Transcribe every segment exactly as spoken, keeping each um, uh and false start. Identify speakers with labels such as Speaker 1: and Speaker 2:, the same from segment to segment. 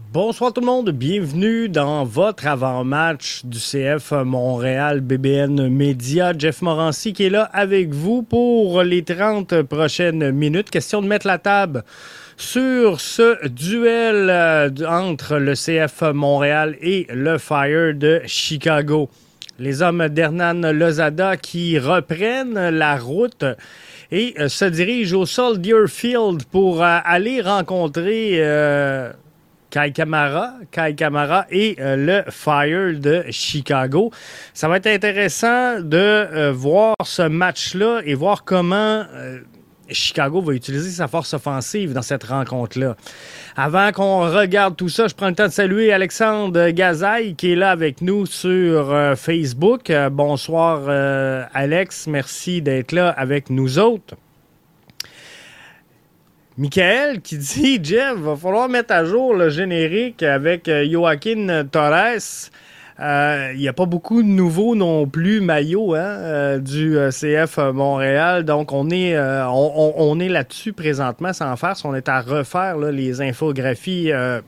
Speaker 1: Bonsoir tout le monde, bienvenue dans votre avant-match du C F Montréal B B N Média. Jeff Morancy qui est là avec vous pour les trente prochaines minutes. Question de mettre la table sur ce duel euh, entre le C F Montréal et le Fire de Chicago. Les hommes d'Hernan Lozada qui reprennent la route et euh, se dirigent au Soldier Field pour euh, aller rencontrer... Euh, Kei Kamara, Kei Kamara et euh, le Fire de Chicago. Ça va être intéressant de euh, voir ce match-là et voir comment euh, Chicago va utiliser sa force offensive dans cette rencontre-là. Avant qu'on regarde tout ça, je prends le temps de saluer Alexandre Gazaille qui est là avec nous sur euh, Facebook. Euh, bonsoir euh, Alex, merci d'être là avec nous autres. Michael qui dit « Jeff, va falloir mettre à jour le générique avec euh, Joaquin Torres. Euh, » Il n'y a pas beaucoup de nouveaux non plus maillots hein, euh, du euh, C F Montréal. Donc, on est, euh, on, on, on est là-dessus présentement sans faire. On est à refaire là, les infographies, euh,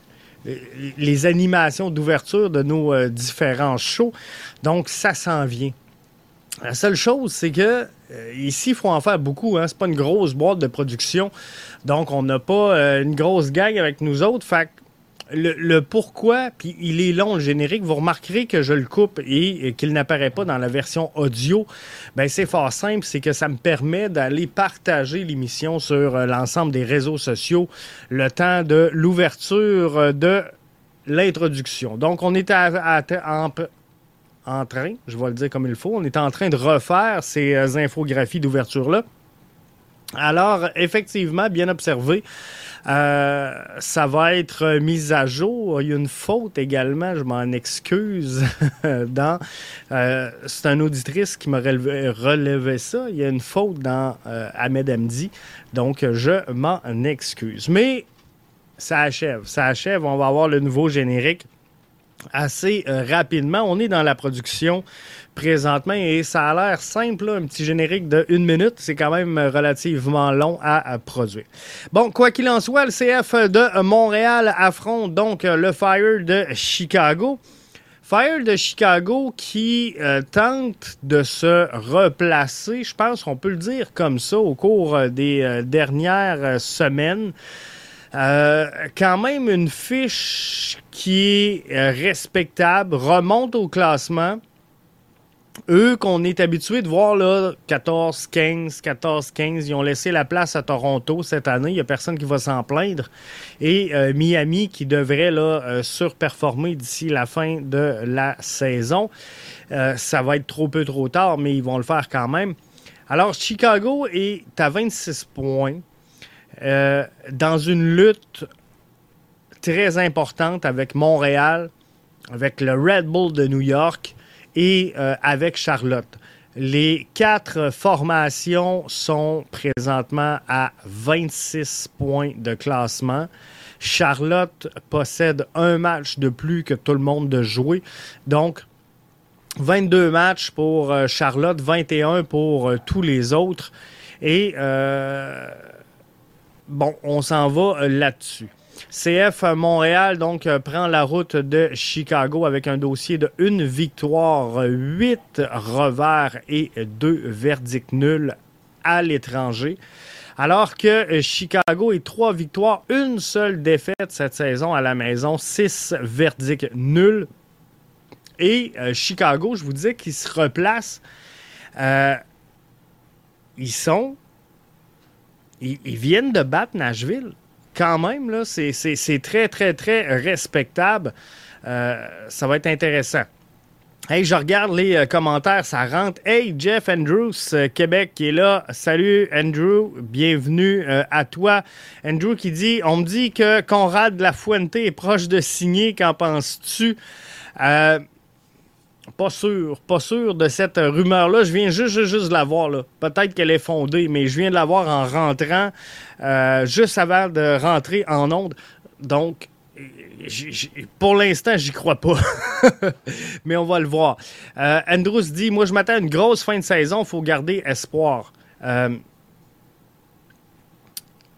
Speaker 1: les animations d'ouverture de nos euh, différents shows. Donc, ça s'en vient. La seule chose, c'est que euh, ici, il faut en faire beaucoup. Hein? C'est pas une grosse boîte de production. Donc, on n'a pas euh, une grosse gang avec nous autres. Fait que le, le pourquoi, puis il est long, le générique, vous remarquerez que je le coupe et, et qu'il n'apparaît pas dans la version audio. Bien, c'est fort simple. C'est que ça me permet d'aller partager l'émission sur euh, l'ensemble des réseaux sociaux le temps de l'ouverture euh, de l'introduction. Donc, on est à, à, à, en... en train, je vais le dire comme il faut, on est en train de refaire ces euh, infographies d'ouverture-là. Alors, effectivement, bien observé, euh, ça va être mis à jour. Il y a une faute également, je m'en excuse. dans, euh, c'est une auditrice qui m'a relevé, relevé ça. Il y a une faute dans euh, Ahmed Hamdi, donc je m'en excuse. Mais ça achève, ça achève. On va avoir le nouveau générique assez euh, rapidement. On est dans la production présentement et ça a l'air simple, là, un petit générique de une minute. C'est quand même relativement long à, à produire. Bon, quoi qu'il en soit, le C F de Montréal affronte donc le Fire de Chicago. Fire de Chicago qui euh, tente de se replacer, je pense qu'on peut le dire comme ça, au cours des euh, dernières semaines. Euh, quand même une fiche qui est euh, respectable, remonte au classement. Eux qu'on est habitué de voir là, quatorze quinze, quatorze quinze, ils ont laissé la place à Toronto cette année. Il n'y a personne qui va s'en plaindre. Et euh, Miami qui devrait là, euh, surperformer d'ici la fin de la saison. Euh, ça va être trop peu trop tard, mais ils vont le faire quand même. Alors, Chicago est à vingt-six points. Euh, dans une lutte très importante avec Montréal, avec le Red Bull de New York et euh, avec Charlotte. Les quatre formations sont présentement à vingt-six points de classement. Charlotte possède un match de plus que tout le monde de jouer. Donc, vingt-deux matchs pour euh, Charlotte, vingt et un pour euh, tous les autres. Et... Euh, Bon, on s'en va là-dessus. C F Montréal, donc, euh, prend la route de Chicago avec un dossier de une victoire, huit revers et deux verdicts nuls à l'étranger. Alors que euh, Chicago est trois victoires, une seule défaite cette saison à la maison, six verdicts nuls. Et euh, Chicago, je vous disais qu'ils se replacent. Euh, ils sont... Ils, ils viennent de battre Nashville. Quand même, là, c'est, c'est, c'est très, très, très respectable. Euh, ça va être intéressant. Hey, je regarde les euh, commentaires, ça rentre. Hey, Jeff Andrews, euh, Québec, qui est là. Salut, Andrew. Bienvenue euh, à toi. Andrew qui dit, on me dit que Conrad Lafuente est proche de signer. Qu'en penses-tu? Euh, Pas sûr, pas sûr de cette rumeur-là. Je viens juste, juste, juste de la voir, là. Peut-être qu'elle est fondée, mais je viens de la voir en rentrant, euh, juste avant de rentrer en onde. Donc, j- j- pour l'instant, j'y crois pas. Mais on va le voir. Euh, Andrews dit, moi, je m'attends à une grosse fin de saison. Il faut garder espoir. Euh,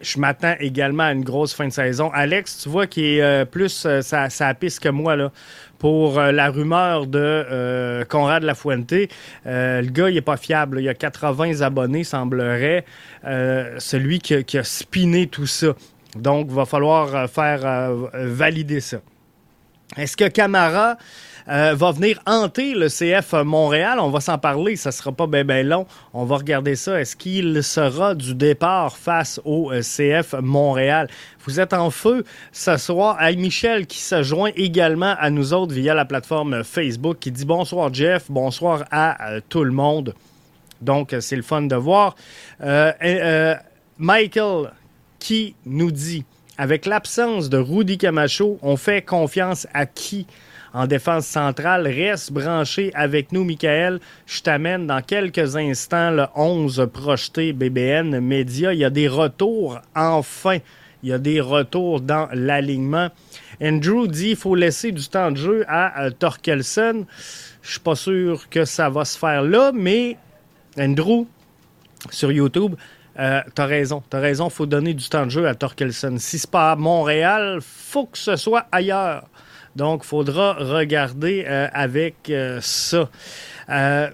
Speaker 1: je m'attends également à une grosse fin de saison. Alex, tu vois qu'il est euh, plus euh, ça, ça piste que moi là, pour euh, la rumeur de euh, Conrad Lafuente. Euh, le gars, il n'est pas fiable. Là. Il a quatre-vingts abonnés, semblerait. Euh, celui qui a, qui a spiné tout ça. Donc, il va falloir euh, faire euh, valider ça. Est-ce que Camara euh, va venir hanter le C F Montréal? On va s'en parler, ça ne sera pas bien ben long. On va regarder ça. Est-ce qu'il sera du départ face au euh, C F Montréal? Vous êtes en feu ce soir. Hey, Michel qui se joint également à nous autres via la plateforme Facebook qui dit bonsoir Jeff, bonsoir à euh, tout le monde. Donc, c'est le fun de voir. Euh, euh, Michael qui nous dit... Avec l'absence de Rudy Camacho, on fait confiance à qui en défense centrale? Reste branché avec nous, Michael. Je t'amène dans quelques instants le onze projeté B B N Média. Il y a des retours, enfin. Il y a des retours dans l'alignement. Andrew dit qu'il faut laisser du temps de jeu à euh, Torkelson. Je suis pas sûr que ça va se faire là, mais Andrew, sur YouTube... Euh, t'as raison, t'as raison, faut donner du temps de jeu à Torkelson. Si c'est pas à Montréal, faut que ce soit ailleurs. Donc, il faudra regarder euh, avec euh, ça. Euh,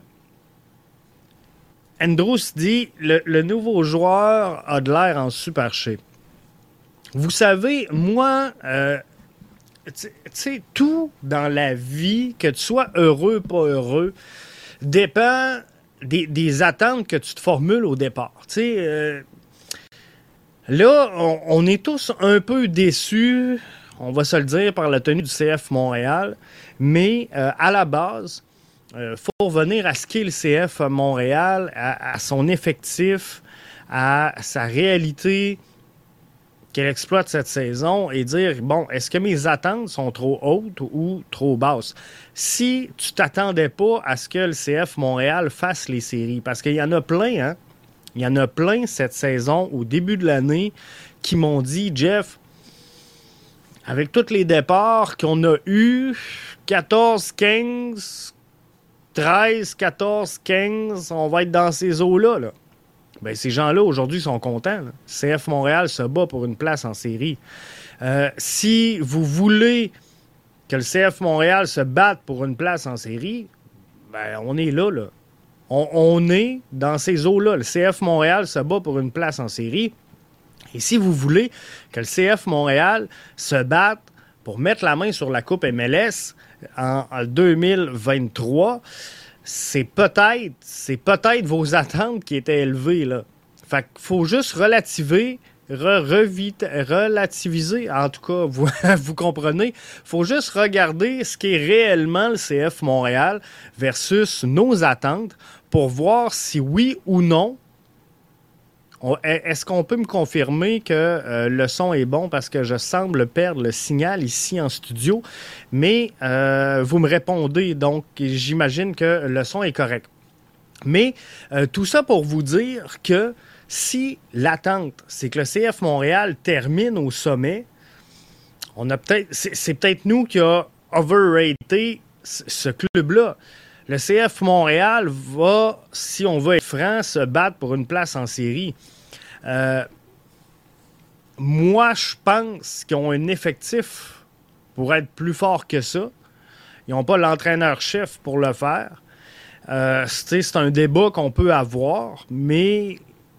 Speaker 1: Andrews dit, le, le nouveau joueur a de l'air en super shape. Vous savez, moi, euh, tu sais, tout dans la vie, que tu sois heureux, pas heureux, dépend... Des, des attentes que tu te formules au départ. Tu sais, euh, là, on, on est tous un peu déçus, on va se le dire, par la tenue du C F Montréal, mais euh, à la base, il euh, faut revenir à ce qu'est le C F Montréal, à, à son effectif, à sa réalité qu'elle exploite cette saison et dire, bon, est-ce que mes attentes sont trop hautes ou trop basses? Si tu t'attendais pas à ce que le C F Montréal fasse les séries, parce qu'il y en a plein, hein? Il y en a plein cette saison, au début de l'année, qui m'ont dit, Jeff, avec tous les départs qu'on a eus, quatorze, quinze, treize, quatorze, quinze, on va être dans ces eaux-là, là. Ben, ces gens-là, aujourd'hui, sont contents. Là. C F Montréal se bat pour une place en série. Euh, si vous voulez que le C F Montréal se batte pour une place en série, ben, on est là. là. On, on est dans ces eaux-là. Le C F Montréal se bat pour une place en série. Et si vous voulez que le C F Montréal se batte pour mettre la main sur la Coupe M L S en, en deux mille vingt-trois... c'est peut-être, c'est peut-être vos attentes qui étaient élevées, là. Fait qu'il faut juste relativer, re, revite, relativiser, en tout cas, vous, vous comprenez. Faut juste regarder ce qu'est réellement le C F Montréal versus nos attentes pour voir si oui ou non, on, est-ce qu'on peut me confirmer que euh, le son est bon parce que je semble perdre le signal ici en studio, mais euh, vous me répondez, donc j'imagine que le son est correct. Mais euh, tout ça pour vous dire que si l'attente, c'est que le C F Montréal termine au sommet, on a peut-être, c'est, c'est peut-être nous qui a overraté ce club-là. Le C F Montréal va, si on veut être franc, se battre pour une place en série. Euh, moi, je pense qu'ils ont un effectif pour être plus fort que ça. Ils n'ont pas l'entraîneur-chef pour le faire. Euh, c'est un débat qu'on peut avoir, mais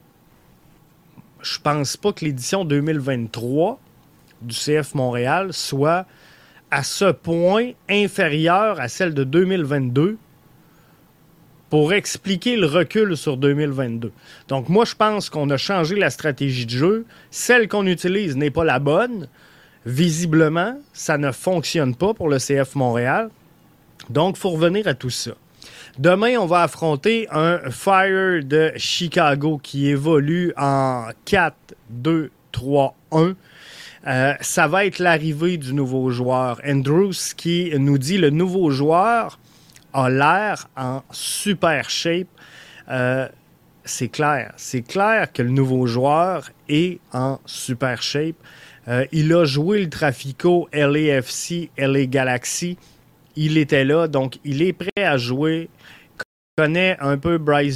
Speaker 1: je pense pas que l'édition deux mille vingt-trois du C F Montréal soit à ce point inférieure à celle de deux mille vingt-deux pour expliquer le recul sur deux mille vingt-deux. Donc moi, je pense qu'on a changé la stratégie de jeu. Celle qu'on utilise n'est pas la bonne. Visiblement, ça ne fonctionne pas pour le C F Montréal. Donc, il faut revenir à tout ça. Demain, on va affronter un Fire de Chicago qui évolue en quatre deux trois un. Euh, ça va être l'arrivée du nouveau joueur. Andrews qui nous dit le nouveau joueur a l'air en super shape. Euh, c'est clair. C'est clair que le nouveau joueur est en super shape. Euh, il a joué le Trafico L A F C, L A Galaxy. Il était là, donc il est prêt à jouer. Il connaît un peu Bryce Duke.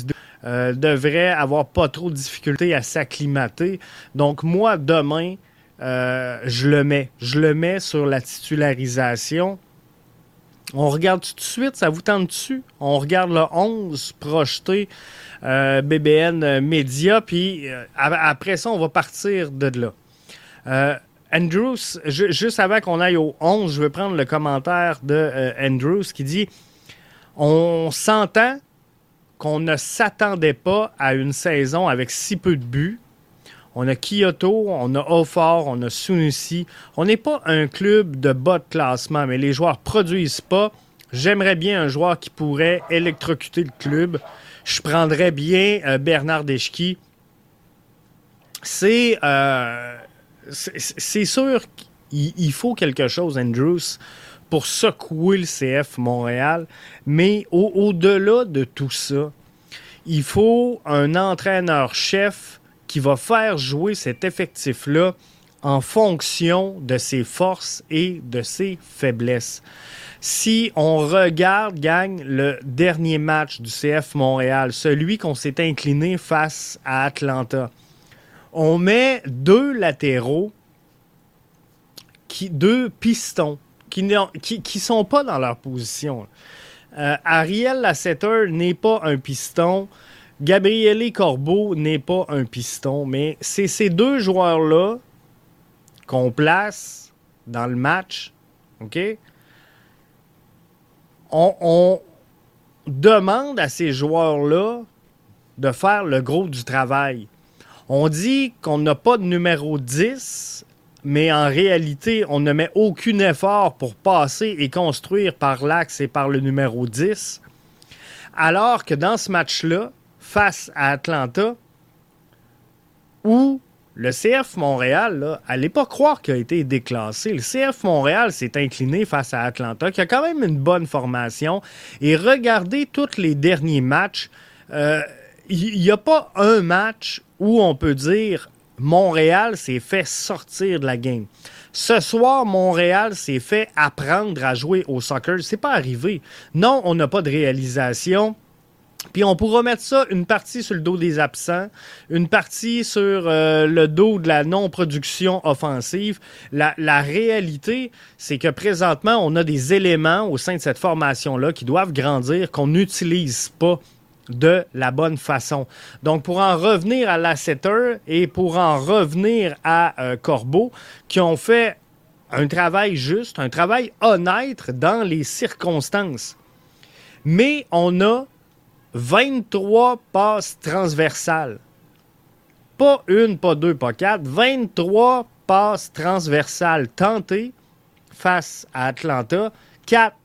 Speaker 1: euh, devrait avoir pas trop de difficultés à s'acclimater. Donc, moi, demain, euh, je le mets. Je le mets sur la titularisation. On regarde tout de suite, ça vous tente dessus? On regarde le onze projeté euh, B B N Média, puis euh, après ça, on va partir de là. Euh, Andrews, ju- juste avant qu'on aille au onze, je vais prendre le commentaire de euh, Andrews qui dit « On s'entend qu'on ne s'attendait pas à une saison avec si peu de buts. On a Kyoto, on a Haufort, on a Sunusi. On n'est pas un club de bas de classement, mais les joueurs produisent pas. J'aimerais bien un joueur qui pourrait électrocuter le club. Je prendrais bien euh, Bernard Deschki. C'est, euh, c'est, c'est sûr qu'il il faut quelque chose, Andrews, pour secouer le C F Montréal. Mais au, au-delà de tout ça, il faut un entraîneur-chef qui va faire jouer cet effectif-là en fonction de ses forces et de ses faiblesses. Si on regarde, gang, le dernier match du C F Montréal, celui qu'on s'est incliné face à Atlanta, on met deux latéraux, qui, deux pistons, qui ne qui, qui sont pas dans leur position. Euh, Ariel Lasseter n'est pas un piston. Gabriele Corbeau n'est pas un piston, mais c'est ces deux joueurs-là qu'on place dans le match, OK? On, on demande à ces joueurs-là de faire le gros du travail. On dit qu'on n'a pas de numéro dix, mais en réalité, on ne met aucun effort pour passer et construire par l'axe et par le numéro dix, alors que dans ce match-là, face à Atlanta, où le C F Montréal, là, allez pas croire qu'il a été déclassé. Le C F Montréal s'est incliné face à Atlanta, qui a quand même une bonne formation. Et regardez tous les derniers matchs. Il euh, n'y a pas un match où on peut dire Montréal s'est fait sortir de la game. Ce soir, Montréal s'est fait apprendre à jouer au soccer. C'est pas arrivé. Non, on n'a pas de réalisation. Puis on pourra mettre ça, une partie sur le dos des absents, une partie sur euh, le dos de la non-production offensive. La, la réalité, c'est que présentement, on a des éléments au sein de cette formation-là qui doivent grandir, qu'on n'utilise pas de la bonne façon. Donc, pour en revenir à Lasseter et pour en revenir à euh, Corbeau, qui ont fait un travail juste, un travail honnête dans les circonstances. Mais on a vingt-trois passes transversales. Pas une, pas deux, pas quatre. vingt-trois passes transversales tentées face à Atlanta. Quatre.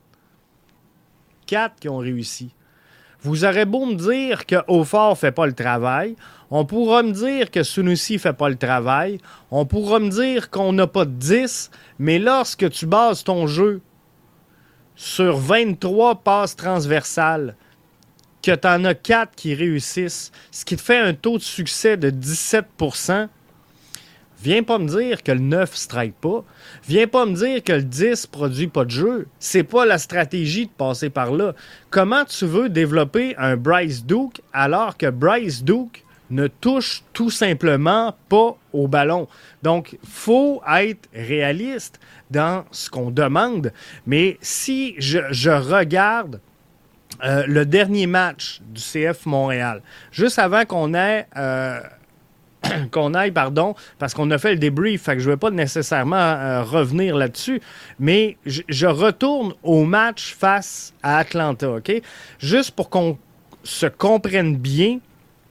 Speaker 1: Quatre qui ont réussi. Vous aurez beau me dire que Haufort ne fait pas le travail. On pourra me dire que Sunusi ne fait pas le travail. On pourra me dire qu'on n'a pas de dix. Mais lorsque tu bases ton jeu sur vingt-trois passes transversales, que tu en as quatre qui réussissent, ce qui te fait un taux de succès de dix-sept pour cent, viens pas me dire que le neuf strike pas. Viens pas me dire que le dix produit pas de jeu. C'est pas la stratégie de passer par là. Comment tu veux développer un Bryce Duke alors que Bryce Duke ne touche tout simplement pas au ballon? Donc, faut être réaliste dans ce qu'on demande. Mais si je, je regarde Euh, le dernier match du C F Montréal, juste avant qu'on ait, euh, qu'on aille, pardon, parce qu'on a fait le débrief, fait que je ne vais pas nécessairement euh, revenir là-dessus, mais je, je retourne au match face à Atlanta, OK? Juste pour qu'on se comprenne bien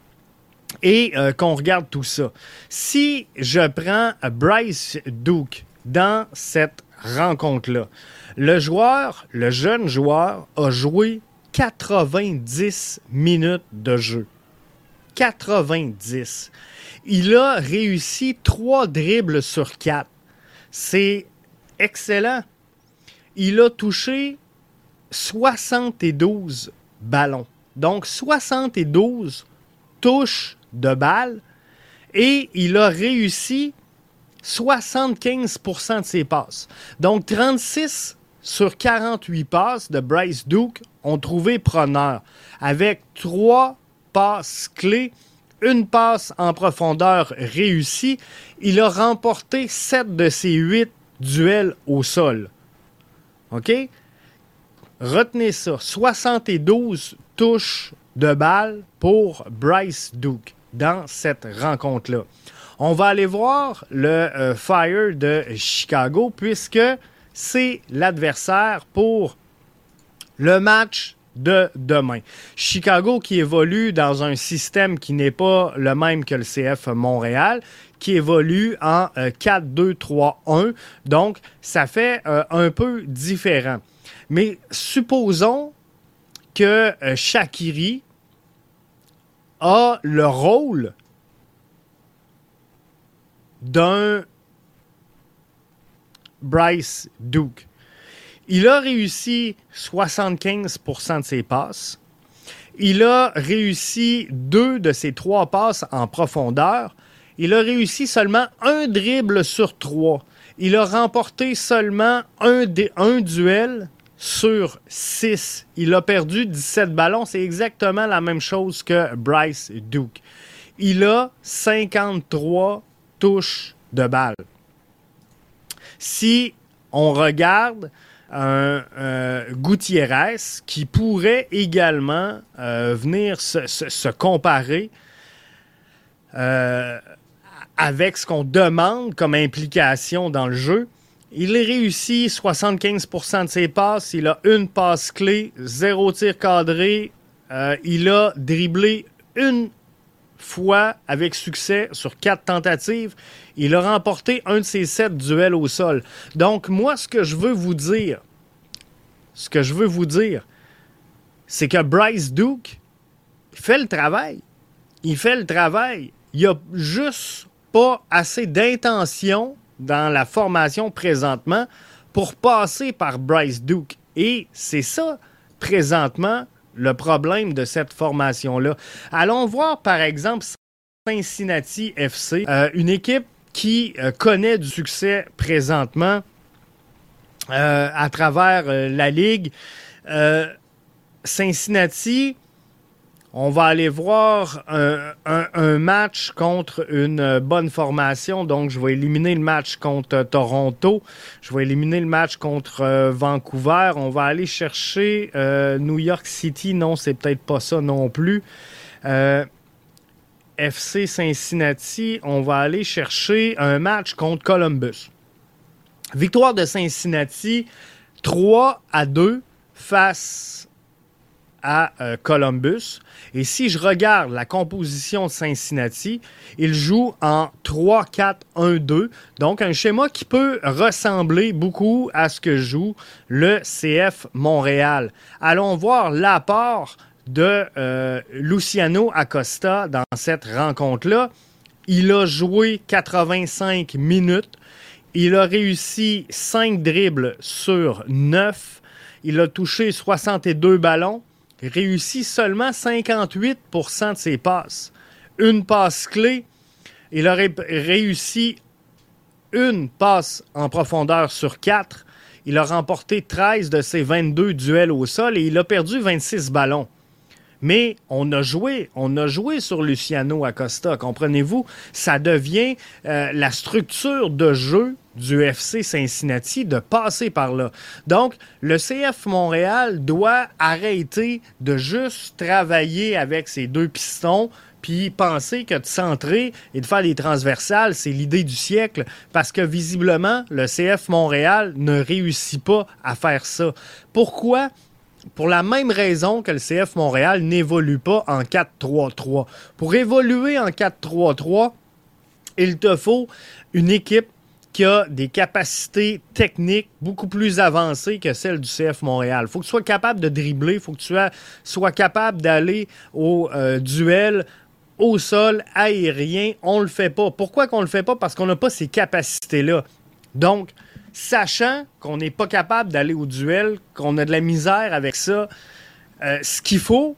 Speaker 1: et euh, qu'on regarde tout ça. Si je prends Bryce Duke dans cette rencontre-là, le joueur, le jeune joueur, a joué quatre-vingt-dix minutes de jeu. quatre-vingt-dix. Il a réussi trois dribbles sur quatre. C'est excellent. Il a touché soixante-douze ballons. Donc, soixante-douze touches de balles. Et il a réussi soixante-quinze pour cent de ses passes. Donc, trente-six sur quarante-huit passes de Bryce Duke ont trouvé preneur, avec trois passes clés, une passe en profondeur réussie. Il a remporté sept de ses huit duels au sol. OK? Retenez ça. soixante-douze touches de balle pour Bryce Duke dans cette rencontre-là. On va aller voir le euh, Fire de Chicago puisque c'est l'adversaire pour le match de demain. Chicago qui évolue dans un système qui n'est pas le même que le C F Montréal, qui évolue en euh, quatre deux trois un. Donc, ça fait euh, un peu différent. Mais supposons que euh, Shaqiri a le rôle d'un Bryce Duke. Il a réussi soixante-quinze pour cent de ses passes. Il a réussi deux de ses trois passes en profondeur. Il a réussi seulement un dribble sur trois. Il a remporté seulement un, un duel sur six. Il a perdu dix-sept ballons. C'est exactement la même chose que Bryce Duke. Il a cinquante-trois touches de balle. Si on regarde un euh, Gutiérrez qui pourrait également euh, venir se, se, se comparer euh, avec ce qu'on demande comme implication dans le jeu. Il réussit soixante-quinze pour cent de ses passes. Il a une passe clé, zéro tir cadré. Euh, il a dribblé une fois avec succès sur quatre tentatives. Il a remporté un de ses sept duels au sol. Donc, moi, ce que je veux vous dire, ce que je veux vous dire, c'est que Bryce Duke fait le travail. Il fait le travail. Il n'y a juste pas assez d'intention dans la formation présentement pour passer par Bryce Duke. Et c'est ça, présentement, le problème de cette formation-là. Allons voir, par exemple, Cincinnati F C, euh, une équipe qui euh, connaît du succès présentement euh, à travers euh, la Ligue. Euh, Cincinnati, on va aller voir un, un, un match contre une bonne formation. Donc, je vais éliminer le match contre euh, Toronto. Je vais éliminer le match contre euh, Vancouver. On va aller chercher euh, New York City. Non, c'est peut-être pas ça non plus. Euh, F C Cincinnati, on va aller chercher un match contre Columbus. Victoire de Cincinnati, trois à deux face à euh, Columbus. Et si je regarde la composition de Cincinnati, il joue en trois quatre un deux. Donc, un schéma qui peut ressembler beaucoup à ce que joue le C F Montréal. Allons voir l'apport de euh, Luciano Acosta dans cette rencontre-là. Il a joué quatre-vingt-cinq minutes. Il a réussi cinq dribbles sur neuf. Il a touché soixante-deux ballons. Réussi seulement cinquante-huit pour cent de ses passes. Une passe clé. Il a ré- réussi une passe en profondeur sur quatre. Il a remporté treize de ses vingt-deux duels au sol et il a perdu vingt-six ballons. Mais on a joué, on a joué sur Luciano Acosta, comprenez-vous? Ça devient euh, la structure de jeu du F C Cincinnati de passer par là. Donc, le C F Montréal doit arrêter de juste travailler avec ses deux pistons puis penser que de centrer et de faire des transversales, c'est l'idée du siècle, parce que visiblement, le C F Montréal ne réussit pas à faire ça. Pourquoi? Pour la même raison que le C F Montréal n'évolue pas en quatre trois trois. Pour évoluer en quatre trois trois, il te faut une équipe qui a des capacités techniques beaucoup plus avancées que celles du C F Montréal. Il faut que tu sois capable de dribbler, il faut que tu sois capable d'aller au euh, duel au sol, aérien. On ne le fait pas. Pourquoi qu'on ne le fait pas? Parce qu'on n'a pas ces capacités-là. Donc, sachant qu'on n'est pas capable d'aller au duel, qu'on a de la misère avec ça, euh, ce qu'il faut,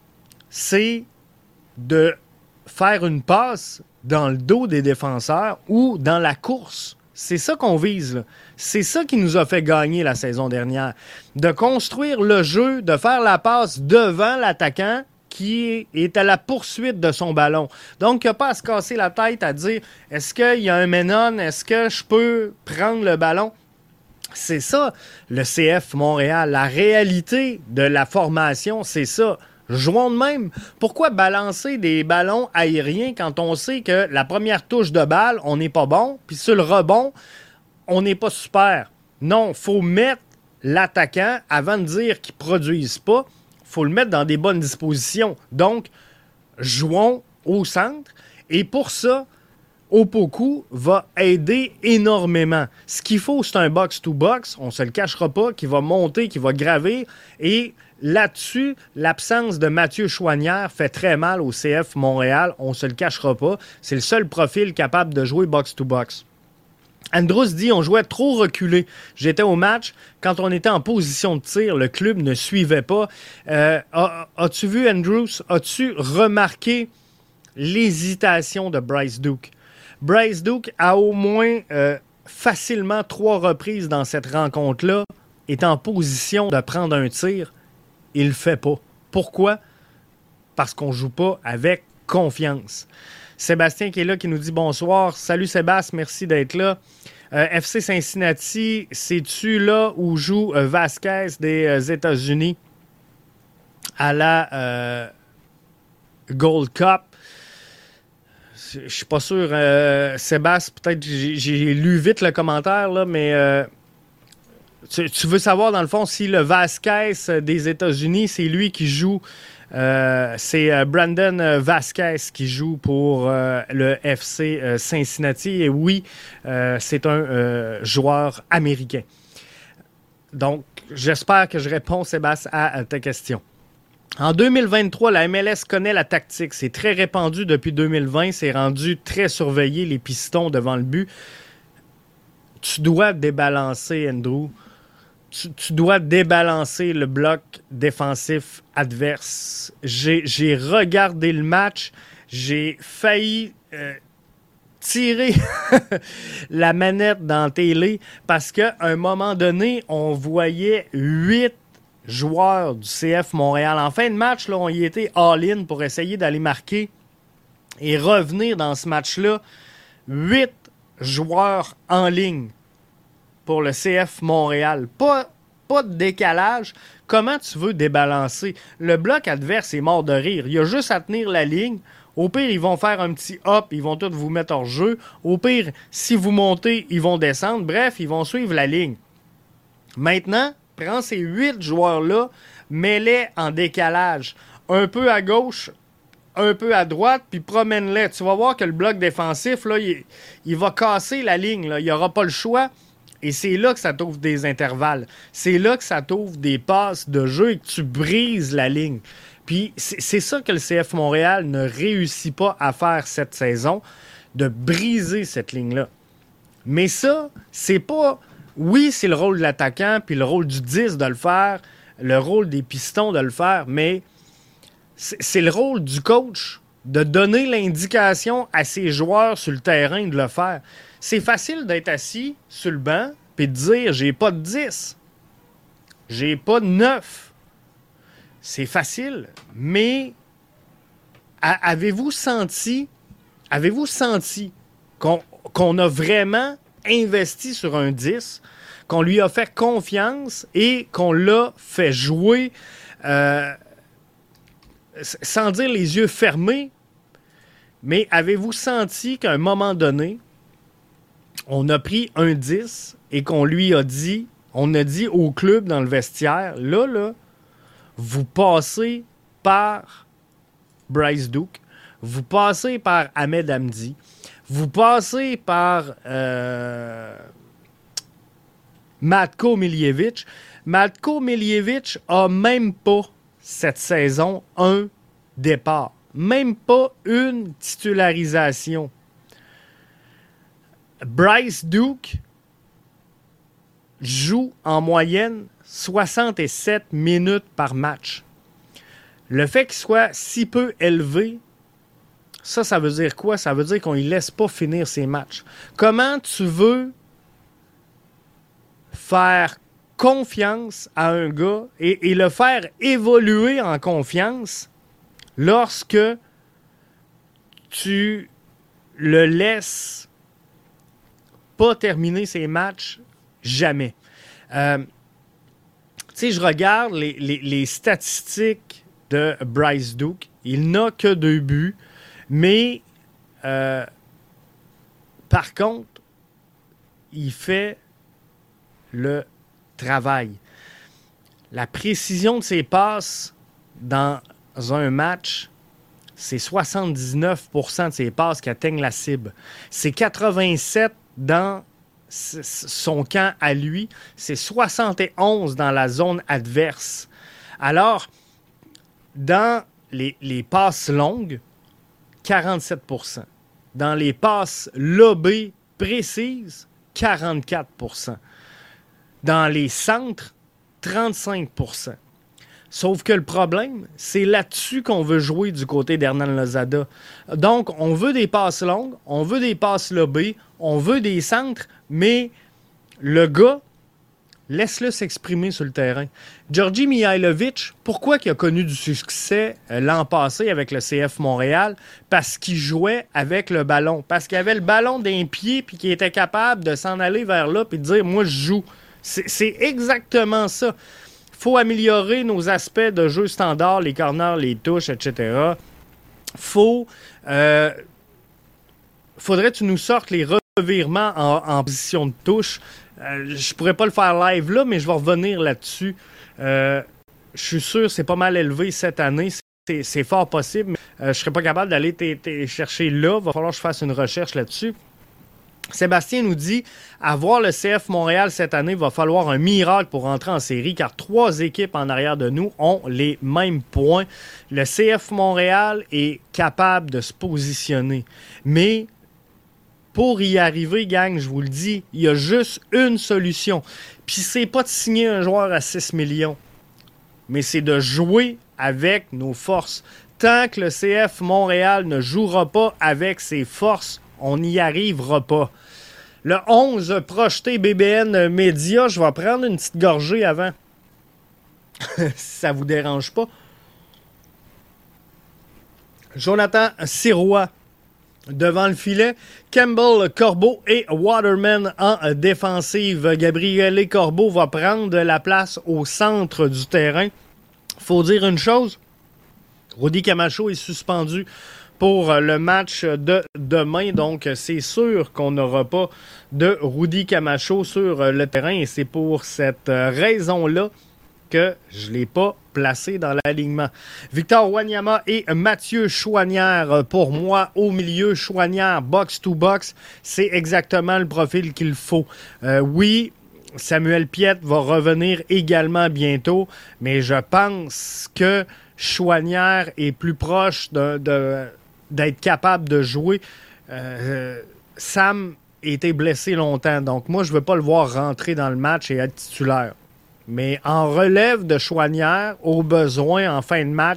Speaker 1: c'est de faire une passe dans le dos des défenseurs ou dans la course. C'est ça qu'on vise, là. C'est ça qui nous a fait gagner la saison dernière. De construire le jeu, de faire la passe devant l'attaquant qui est à la poursuite de son ballon. Donc, il n'a pas à se casser la tête à dire « Est-ce qu'il y a un Menon? Est-ce que je peux prendre le ballon? » C'est ça, le C F Montréal. La réalité de la formation, c'est ça. Jouons de même. Pourquoi balancer des ballons aériens quand on sait que la première touche de balle, on n'est pas bon, puis sur le rebond, on n'est pas super? Non, il faut mettre l'attaquant, avant de dire qu'il ne produise pas, il faut le mettre dans des bonnes dispositions. Donc, jouons au centre. Et pour ça, Opoku va aider énormément. Ce qu'il faut, c'est un box-to-box. On ne se le cachera pas, qui va monter, qui va gravir. Et là-dessus, l'absence de Mathieu Chouanière fait très mal au C F Montréal. On ne se le cachera pas. C'est le seul profil capable de jouer box-to-box. Andrews dit on jouait trop reculé. J'étais au match. Quand on était en position de tir, le club ne suivait pas. Euh, as, as-tu vu, Andrews? As-tu remarqué l'hésitation de Bryce Duke? Bryce Duke a au moins euh, facilement trois reprises dans cette rencontre-là est en position de prendre un tir. Il ne le fait pas. Pourquoi? Parce qu'on ne joue pas avec confiance. Sébastien qui est là, qui nous dit bonsoir. Salut Sébastien, merci d'être là. Euh, F C Cincinnati, c'est-tu là où joue euh, Vasquez des euh, États-Unis à la euh, Gold Cup? Je suis pas sûr. Euh, Sébastien, peut-être j'ai, j'ai lu vite le commentaire, là, mais euh, tu, tu veux savoir, dans le fond, si le Vasquez des États-Unis, c'est lui qui joue. Euh, c'est Brandon Vasquez qui joue pour euh, le F C euh, Cincinnati. Et oui, euh, c'est un euh, joueur américain. Donc, j'espère que je réponds, Sébastien, à, à ta question. En deux mille vingt-trois, la M L S connaît la tactique. C'est très répandu depuis deux mille vingt. C'est rendu très surveillé, les pistons devant le but. Tu dois débalancer, Andrew. Tu, tu dois débalancer le bloc défensif adverse. J'ai, j'ai regardé le match. J'ai failli euh, tirer la manette dans la télé parce qu'à un moment donné, on voyait huit joueurs du C F Montréal. En fin de match, là, on y était all-in pour essayer d'aller marquer et revenir dans ce match-là. Huit joueurs en ligne pour le C F Montréal. Pas, pas de décalage. Comment tu veux débalancer? Le bloc adverse est mort de rire. Il y a juste à tenir la ligne. Au pire, ils vont faire un petit hop, ils vont tous vous mettre hors jeu. Au pire, si vous montez, ils vont descendre. Bref, ils vont suivre la ligne. Maintenant, prends ces huit joueurs-là, mets-les en décalage. Un peu à gauche, un peu à droite, puis promène-les. Tu vas voir que le bloc défensif, là, il, il va casser la ligne. Là. Il n'y aura pas le choix. Et c'est là que ça t'ouvre des intervalles. C'est là que ça t'ouvre des passes de jeu et que tu brises la ligne. Puis c'est, c'est ça que le C F Montréal ne réussit pas à faire cette saison, de briser cette ligne-là. Mais ça, c'est pas... Oui, c'est le rôle de l'attaquant, puis le rôle du dix de le faire, le rôle des pistons de le faire, mais c'est, c'est le rôle du coach de donner l'indication à ses joueurs sur le terrain de le faire. C'est facile d'être assis sur le banc et de dire « j'ai pas de dix, j'ai pas de neuf ». C'est facile, mais a- avez-vous senti, avez-vous senti qu'on, qu'on a vraiment investi sur un dix, qu'on lui a fait confiance et qu'on l'a fait jouer euh, sans dire les yeux fermés, mais avez-vous senti qu'à un moment donné, on a pris un dix et qu'on lui a dit, on a dit au club dans le vestiaire, là, là, vous passez par Bryce Duke, vous passez par Ahmed Hamdi, vous passez par euh, Matko Miljevic. Matko Miljevic a même pas cette saison un départ. Même pas une titularisation. Bryce Duke joue en moyenne soixante-sept minutes par match. Le fait qu'il soit si peu élevé, ça, ça veut dire quoi? Ça veut dire qu'on ne laisse pas finir ses matchs. Comment tu veux faire confiance à un gars et, et le faire évoluer en confiance lorsque tu le laisses pas terminer ses matchs, jamais. Euh, tu sais, je regarde les, les, les statistiques de Bryce Duke. Il n'a que deux buts, mais euh, par contre, il fait le travail. La précision de ses passes dans un match, c'est soixante-dix-neuf pour cent de ses passes qui atteignent la cible. C'est quatre-vingt-sept dans son camp à lui. C'est soixante et onze dans la zone adverse. Alors, dans les, les passes longues, quarante-sept pour cent. Dans les passes lobées précises, quarante-quatre pour cent. Dans les centres, trente-cinq pour cent. Sauf que le problème, c'est là-dessus qu'on veut jouer du côté d'Hernan Lozada. Donc, on veut des passes longues, on veut des passes lobées, on veut des centres, mais le gars, laisse-le s'exprimer sur le terrain. Georgi Mihailovic, pourquoi il a connu du succès euh, l'an passé avec le C F Montréal? Parce qu'il jouait avec le ballon. Parce qu'il avait le ballon d'un pied puis qu'il était capable de s'en aller vers là puis de dire « moi, je joue ». C'est exactement ça. Il faut améliorer nos aspects de jeu standard, les corners, les touches, et cetera. Faut, euh, faudrait que tu nous sortes les revirements en, en position de touche. Euh, je pourrais pas le faire live là, mais je vais revenir là-dessus. Euh, je suis sûr que c'est pas mal élevé cette année. C'est, c'est fort possible, mais euh, je serais pas capable d'aller t- t- chercher là. Il va falloir que je fasse une recherche là-dessus. Sébastien nous dit « Avoir le C F Montréal cette année, il va falloir un miracle pour rentrer en série, car trois équipes en arrière de nous ont les mêmes points. Le C F Montréal est capable de se positionner. Mais pour y arriver, gang, je vous le dis, il y a juste une solution. Puis c'est pas de signer un joueur à six millions, mais c'est de jouer avec nos forces. Tant que le C F Montréal ne jouera pas avec ses forces, on n'y arrivera pas. Le onze projeté B B N Média, je vais prendre une petite gorgée avant. Si ça vous dérange pas. Jonathan Sirois devant le filet. Campbell, Corbeau et Waterman en défensive. Gabriel Corbeau va prendre la place au centre du terrain. Faut dire une chose. Rudy Camacho est suspendu pour le match de demain. Donc, c'est sûr qu'on n'aura pas de Rudy Camacho sur le terrain. Et c'est pour cette raison-là que je ne l'ai pas placé dans l'alignement. Victor Wanyama et Mathieu Chouanière, pour moi, au milieu, Chouanière, box-to-box, c'est exactement le profil qu'il faut. Euh, oui, Samuel Piette va revenir également bientôt, mais je pense que Chouanière est plus proche de, de, d'être capable de jouer. Euh, Sam a été blessé longtemps, donc moi, je ne veux pas le voir rentrer dans le match et être titulaire. Mais en relève de Chouanière, au besoin, en fin de match,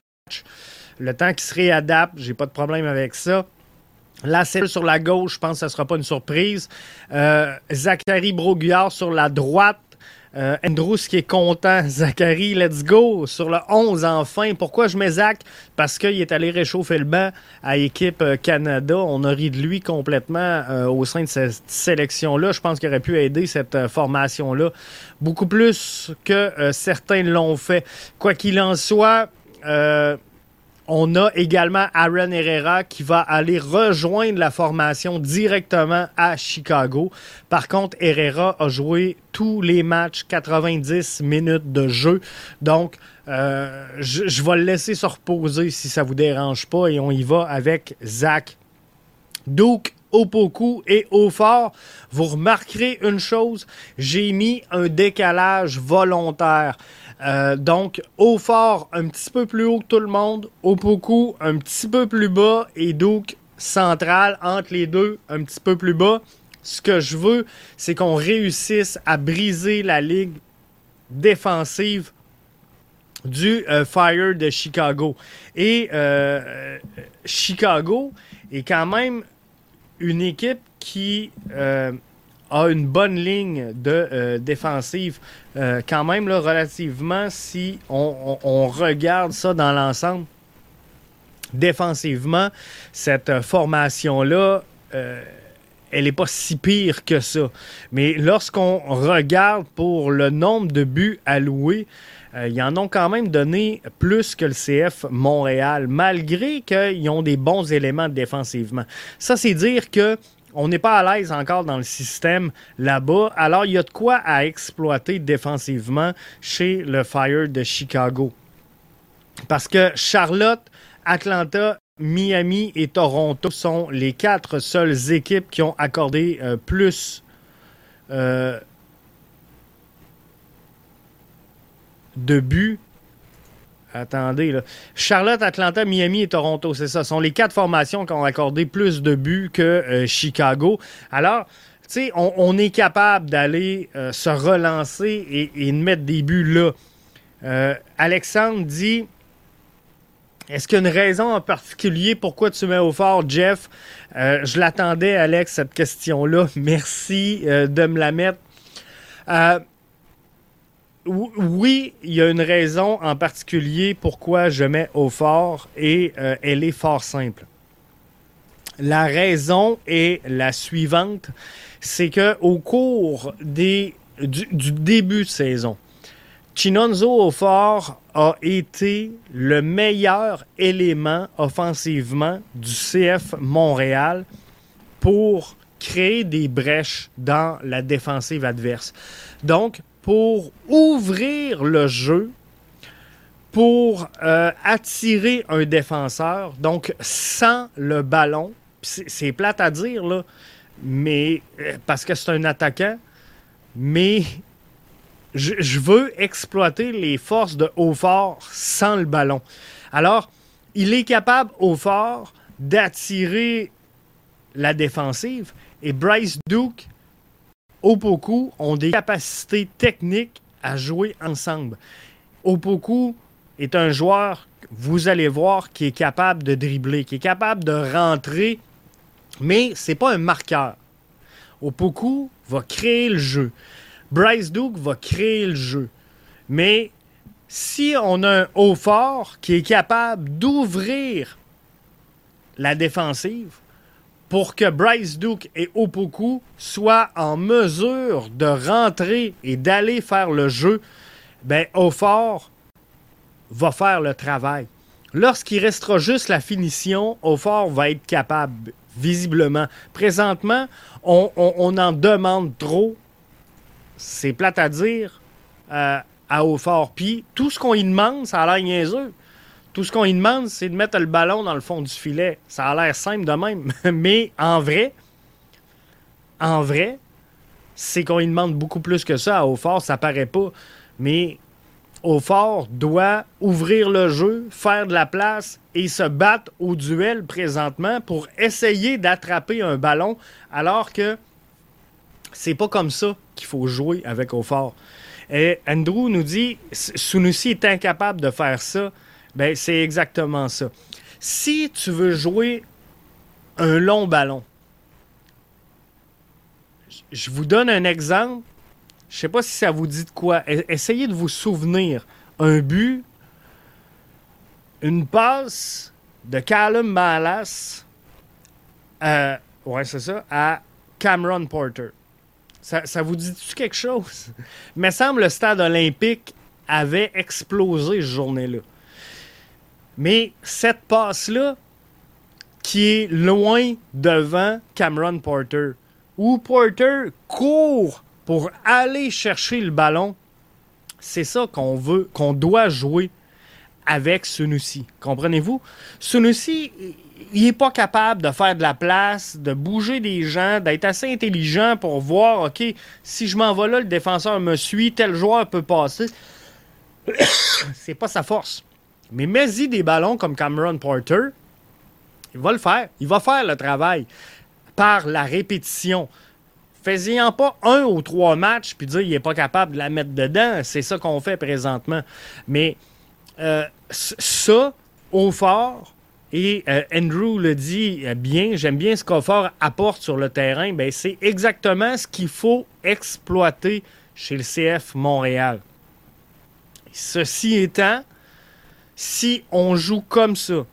Speaker 1: le temps qu'il se réadapte, j'ai pas de problème avec ça. La celle sur la gauche, je pense que ça ne sera pas une surprise. Euh, Zachary Broguillard sur la droite. Euh, Andrews qui est content. Zachary, let's go. Sur le onze, enfin. Pourquoi je mets Zach? Parce qu'il est allé réchauffer le banc à Équipe Canada. On a ri de lui complètement euh, au sein de cette sélection-là. Je pense qu'il aurait pu aider cette euh, formation-là beaucoup plus que euh, certains l'ont fait. Quoi qu'il en soit, euh, on a également Aaron Herrera qui va aller rejoindre la formation directement à Chicago. Par contre, Herrera a joué tous les matchs, quatre-vingt-dix minutes de jeu. Donc, euh, je, je vais le laisser se reposer si ça ne vous dérange pas et on y va avec Zach. Duke, Opoku et Aufort. Vous remarquerez une chose, j'ai mis un décalage volontaire. Euh, donc, Aufort un petit peu plus haut que tout le monde, Opoku un petit peu plus bas et Duke central entre les deux un petit peu plus bas. Ce que je veux, c'est qu'on réussisse à briser la ligue défensive du euh, Fire de Chicago. Et euh, Chicago est quand même une équipe qui euh, a une bonne ligne de euh, défensive euh, quand même là, relativement si on, on, on regarde ça dans l'ensemble. défensivement, cette formation-là, euh, elle n'est pas si pire que ça. Mais lorsqu'on regarde pour le nombre de buts alloués, euh, ils en ont quand même donné plus que le C F Montréal, malgré qu'ils ont des bons éléments défensivement. Ça, c'est dire que on n'est pas à l'aise encore dans le système là-bas. Alors, il y a de quoi à exploiter défensivement chez le Fire de Chicago. Parce que Charlotte, Atlanta, Miami et Toronto sont les quatre seules équipes qui ont accordé euh, plus euh, de buts. Attendez, là. Charlotte, Atlanta, Miami et Toronto, c'est ça. Ce sont les quatre formations qui ont accordé plus de buts que euh, Chicago. Alors, tu sais, on, on est capable d'aller euh, se relancer et, et de mettre des buts là. Euh, Alexandre dit... Est-ce qu'il y a une raison en particulier pourquoi tu mets au fort, Jeff? Euh, je l'attendais, Alex, cette question-là. Merci euh, de me la mettre. Euh, oui, il y a une raison en particulier pourquoi je mets au fort et euh, elle est fort simple. La raison est la suivante, c'est qu'au cours des, du, du début de saison, Chinonso Ofort a été le meilleur élément offensivement du C F Montréal pour créer des brèches dans la défensive adverse. Donc, pour ouvrir le jeu, pour euh, attirer un défenseur, donc sans le ballon, c'est, c'est plate à dire, là, mais euh, parce que c'est un attaquant, mais... Je, je veux exploiter les forces de Ofort sans le ballon. Alors, il est capable, Ofort, d'attirer la défensive. Et Bryce Duke, Opoku ont des capacités techniques à jouer ensemble. Opoku est un joueur, vous allez voir, qui est capable de dribbler, qui est capable de rentrer, mais c'est pas un marqueur. Opoku va créer le jeu. Bryce Duke va créer le jeu. Mais si on a un haut fort qui est capable d'ouvrir la défensive pour que Bryce Duke et Opoku soient en mesure de rentrer et d'aller faire le jeu, ben Ofort va faire le travail. Lorsqu'il restera juste la finition, Ofort va être capable, visiblement. Présentement, on, on, on en demande trop. C'est plate à dire euh, à Ofort. Puis tout ce qu'on y demande, ça a l'air niaiseux. Tout ce qu'on y demande, c'est de mettre le ballon dans le fond du filet. Ça a l'air simple de même. Mais en vrai, en vrai, c'est qu'on y demande beaucoup plus que ça à Ofort. Ça paraît pas. Mais Ofort doit ouvrir le jeu, faire de la place et se battre au duel présentement pour essayer d'attraper un ballon alors que c'est pas comme ça qu'il faut jouer avec Ofort. Et Andrew nous dit Sunusi est incapable de faire ça. Ben, c'est exactement ça. Si tu veux jouer un long ballon, je vous donne un exemple. Je sais pas si ça vous dit de quoi. Essayez de vous souvenir un but, une passe de Callum Malas, euh, ouais, c'est ça, à Cameron Porter. Ça, ça vous dit-tu quelque chose? Il me semble que le stade olympique avait explosé cette journée-là. Mais cette passe-là, qui est loin devant Cameron Porter, où Porter court pour aller chercher le ballon, c'est ça qu'on veut, qu'on doit jouer avec Sunusi. Comprenez-vous? Sunusi, il n'est pas capable de faire de la place, de bouger des gens, d'être assez intelligent pour voir, OK, si je m'en vais là, le défenseur me suit, tel joueur peut passer. C'est pas sa force. Mais mets-y des ballons comme Cameron Porter, il va le faire. Il va faire le travail par la répétition. Fais-y-en pas un ou trois matchs puis dire qu'il n'est pas capable de la mettre dedans. C'est ça qu'on fait présentement. Mais euh, ça, Ofort, et euh, Andrew le dit bien, j'aime bien ce qu'Ofort apporte sur le terrain, ben, c'est exactement ce qu'il faut exploiter chez le C F Montréal. Ceci étant, si on joue comme ça,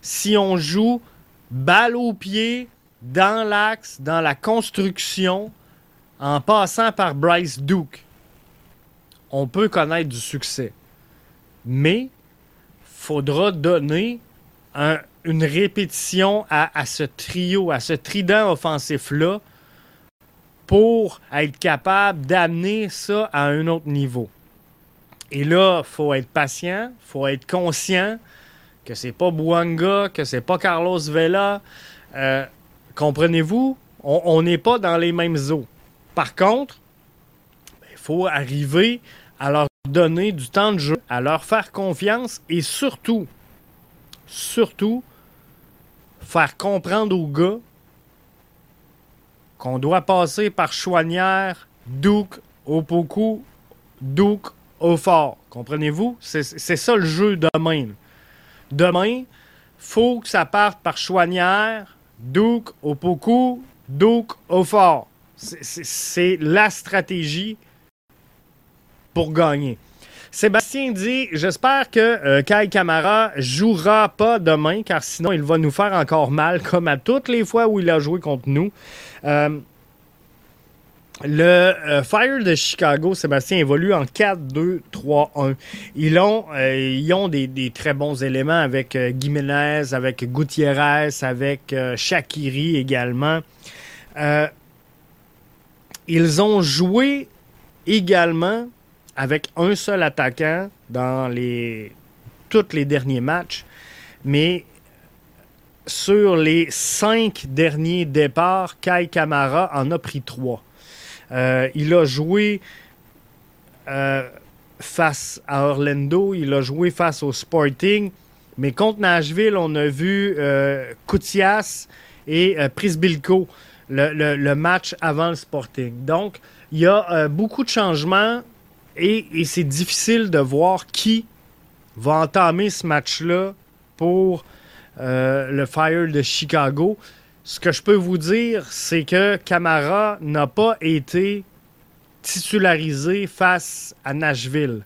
Speaker 1: si on joue balle au pied, dans l'axe, dans la construction, en passant par Bryce Duke, on peut connaître du succès. Mais il faudra donner un, une répétition à, à ce trio, à ce trident offensif-là pour être capable d'amener ça à un autre niveau. Et là, il faut être patient, il faut être conscient que c'est pas Bouanga, que c'est pas Carlos Vela. Euh, comprenez-vous? On n'est pas dans les mêmes eaux. Par contre, il faut arriver à leur donner du temps de jeu, à leur faire confiance et surtout, surtout, faire comprendre aux gars qu'on doit passer par Chouanière, Duke, Opoku, Duke, Aufort. Comprenez-vous? C'est, c'est ça le jeu demain. Demain, il faut que ça parte par Chouanière, Duke, Opoku, Duke, Aufort. C'est, c'est, c'est la stratégie pour gagner. Sébastien dit « J'espère que euh, Kei Kamara jouera pas demain, car sinon il va nous faire encore mal, comme à toutes les fois où il a joué contre nous. Euh, » Le euh, Fire de Chicago, Sébastien, évolue en quatre deux trois un. Ils ont, euh, ils ont des, des très bons éléments avec euh, Giménez, avec Gutiérrez, avec euh, Shaqiri également. Euh, ils ont joué également avec un seul attaquant dans les tous les derniers matchs, mais sur les cinq derniers départs, Kei Kamara en a pris trois. Euh, il a joué euh, face à Orlando, il a joué face au Sporting, mais contre Nashville, on a vu euh, Koutias et euh, Prisbilko, le, le, le match avant le Sporting. Donc, il y a euh, beaucoup de changements et, et c'est difficile de voir qui va entamer ce match-là pour euh, le Fire de Chicago. Ce que je peux vous dire, c'est que Kamara n'a pas été titularisé face à Nashville.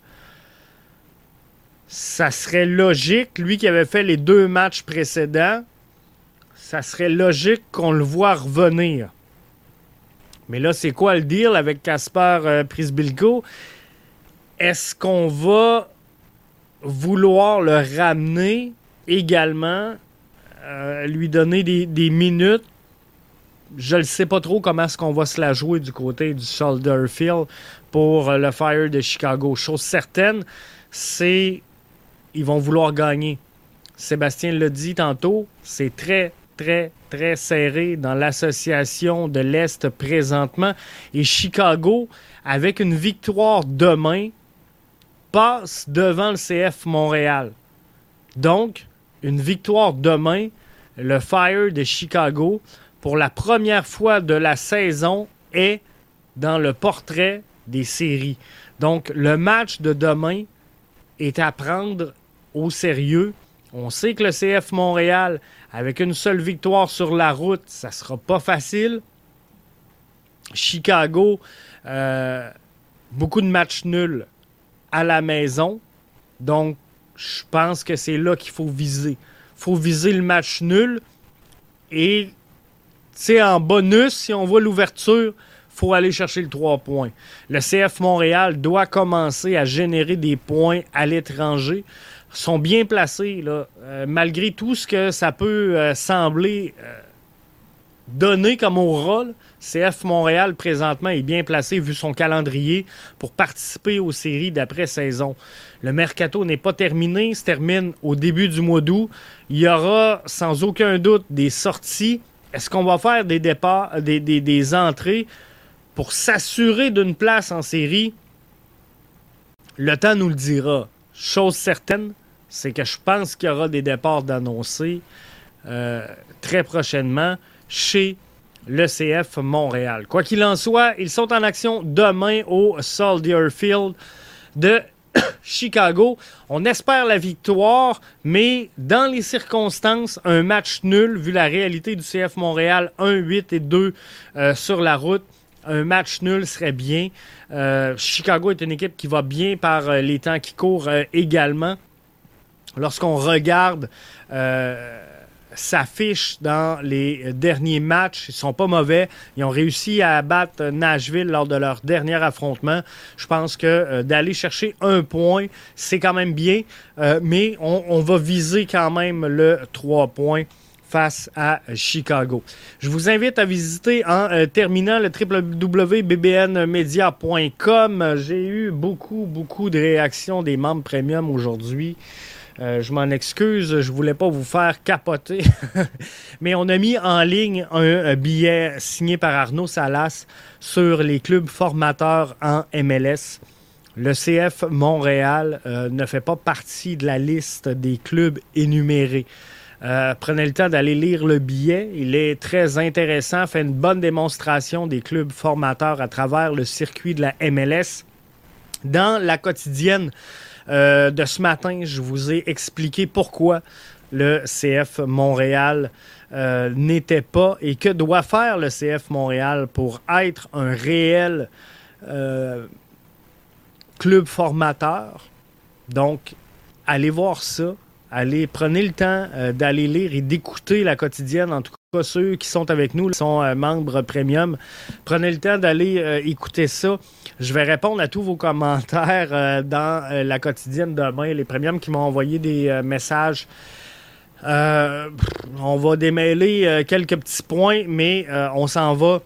Speaker 1: Ça serait logique, lui qui avait fait les deux matchs précédents, ça serait logique qu'on le voit revenir. Mais là, c'est quoi le deal avec Kasper euh, Prisbilko? Est-ce qu'on va vouloir le ramener également? Euh, lui donner des, des minutes. Je ne sais pas trop comment est-ce qu'on va se la jouer du côté du Soldier Field pour euh, le Fire de Chicago. Chose certaine, c'est ils vont vouloir gagner. Sébastien l'a dit tantôt, c'est très, très, très serré dans l'association de l'Est présentement. Et Chicago, avec une victoire demain, passe devant le C F Montréal. Donc, une victoire demain, le Fire de Chicago, pour la première fois de la saison, est dans le portrait des séries. Donc, le match de demain est à prendre au sérieux. On sait que le C F Montréal, avec une seule victoire sur la route, ça ne sera pas facile. Chicago, euh, beaucoup de matchs nuls à la maison. Donc, je pense que c'est là qu'il faut viser. Il faut viser le match nul. Et, tu sais, en bonus, si on voit l'ouverture, il faut aller chercher le trois points. Le C F Montréal doit commencer à générer des points à l'étranger. Ils sont bien placés, là, euh, malgré tout ce que ça peut euh, sembler euh, donner comme aura. C F Montréal, présentement, est bien placé, vu son calendrier, pour participer aux séries d'après-saison. Le mercato n'est pas terminé, il se termine au début du mois d'août. Il y aura sans aucun doute des sorties. Est-ce qu'on va faire des départs, des, des, des entrées pour s'assurer d'une place en série? Le temps nous le dira. Chose certaine, c'est que je pense qu'il y aura des départs d'annoncés euh, très prochainement chez le C F Montréal. Quoi qu'il en soit, ils sont en action demain au Soldier Field de Chicago. On espère la victoire, mais dans les circonstances, un match nul, vu la réalité du C F Montréal, un huit et deux euh, sur la route, un match nul serait bien. Euh, Chicago est une équipe qui va bien par euh, les temps qui courent euh, également. lorsqu'on regarde euh, sa fiche dans les derniers matchs, ils sont pas mauvais. Ils ont réussi à battre Nashville lors de leur dernier affrontement. Je pense que euh, d'aller chercher un point, c'est quand même bien, euh, mais on, on va viser quand même le trois points face à Chicago. Je vous invite à visiter en euh, terminant le w w w point b b n media point com. J'ai eu beaucoup, beaucoup de réactions des membres premium aujourd'hui. Euh, je m'en excuse, je voulais pas vous faire capoter. Mais on a mis en ligne un, un billet signé par Arnaud Salas sur les clubs formateurs en M L S. Le C F Montréal euh, ne fait pas partie de la liste des clubs énumérés. Euh, prenez le temps d'aller lire le billet. Il est très intéressant, fait une bonne démonstration des clubs formateurs à travers le circuit de la M L S. Dans la quotidienne euh, de ce matin, je vous ai expliqué pourquoi le C F Montréal euh, n'était pas et que doit faire le C F Montréal pour être un réel euh, club formateur. Donc, allez voir ça. Allez, prenez le temps euh, d'aller lire et d'écouter la quotidienne. En tout cas, ceux qui sont avec nous, qui sont euh, membres premium, prenez le temps d'aller euh, écouter ça. Je vais répondre à tous vos commentaires euh, dans euh, la quotidienne demain. Les premiums qui m'ont envoyé des euh, messages. Euh, on va démêler euh, quelques petits points, mais euh, on s'en va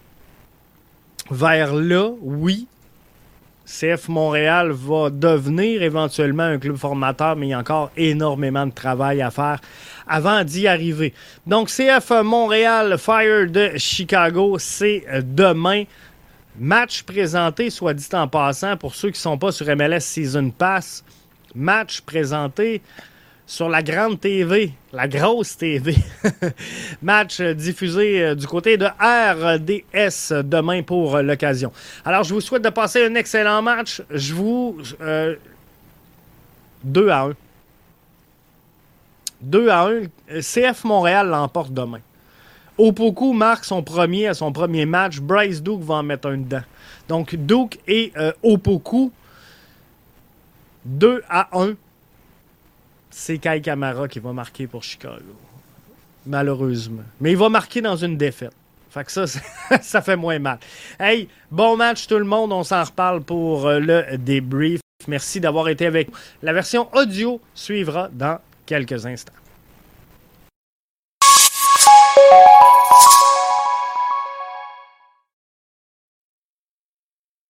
Speaker 1: vers là, oui. C F Montréal va devenir éventuellement un club formateur, mais il y a encore énormément de travail à faire avant d'y arriver. Donc, C F Montréal Fire de Chicago, c'est demain. Match présenté, soit dit en passant, pour ceux qui ne sont pas sur M L S Season Pass. Match présenté sur la grande T V, la grosse T V. Match diffusé du côté de R D S demain pour l'occasion. Alors, je vous souhaite de passer un excellent match. Je vous... Euh, deux à un. deux à un. C F Montréal l'emporte demain. Opoku marque son premier à son premier match. Bryce Duke va en mettre un dedans. Donc, Duke et euh, Opoku, deux à un. C'est Kei Kamara qui va marquer pour Chicago. Malheureusement. Mais il va marquer dans une défaite. Fait que ça, ça fait moins mal. Hey, bon match tout le monde. On s'en reparle pour le débrief. Merci d'avoir été avec nous. La version audio suivra dans quelques instants.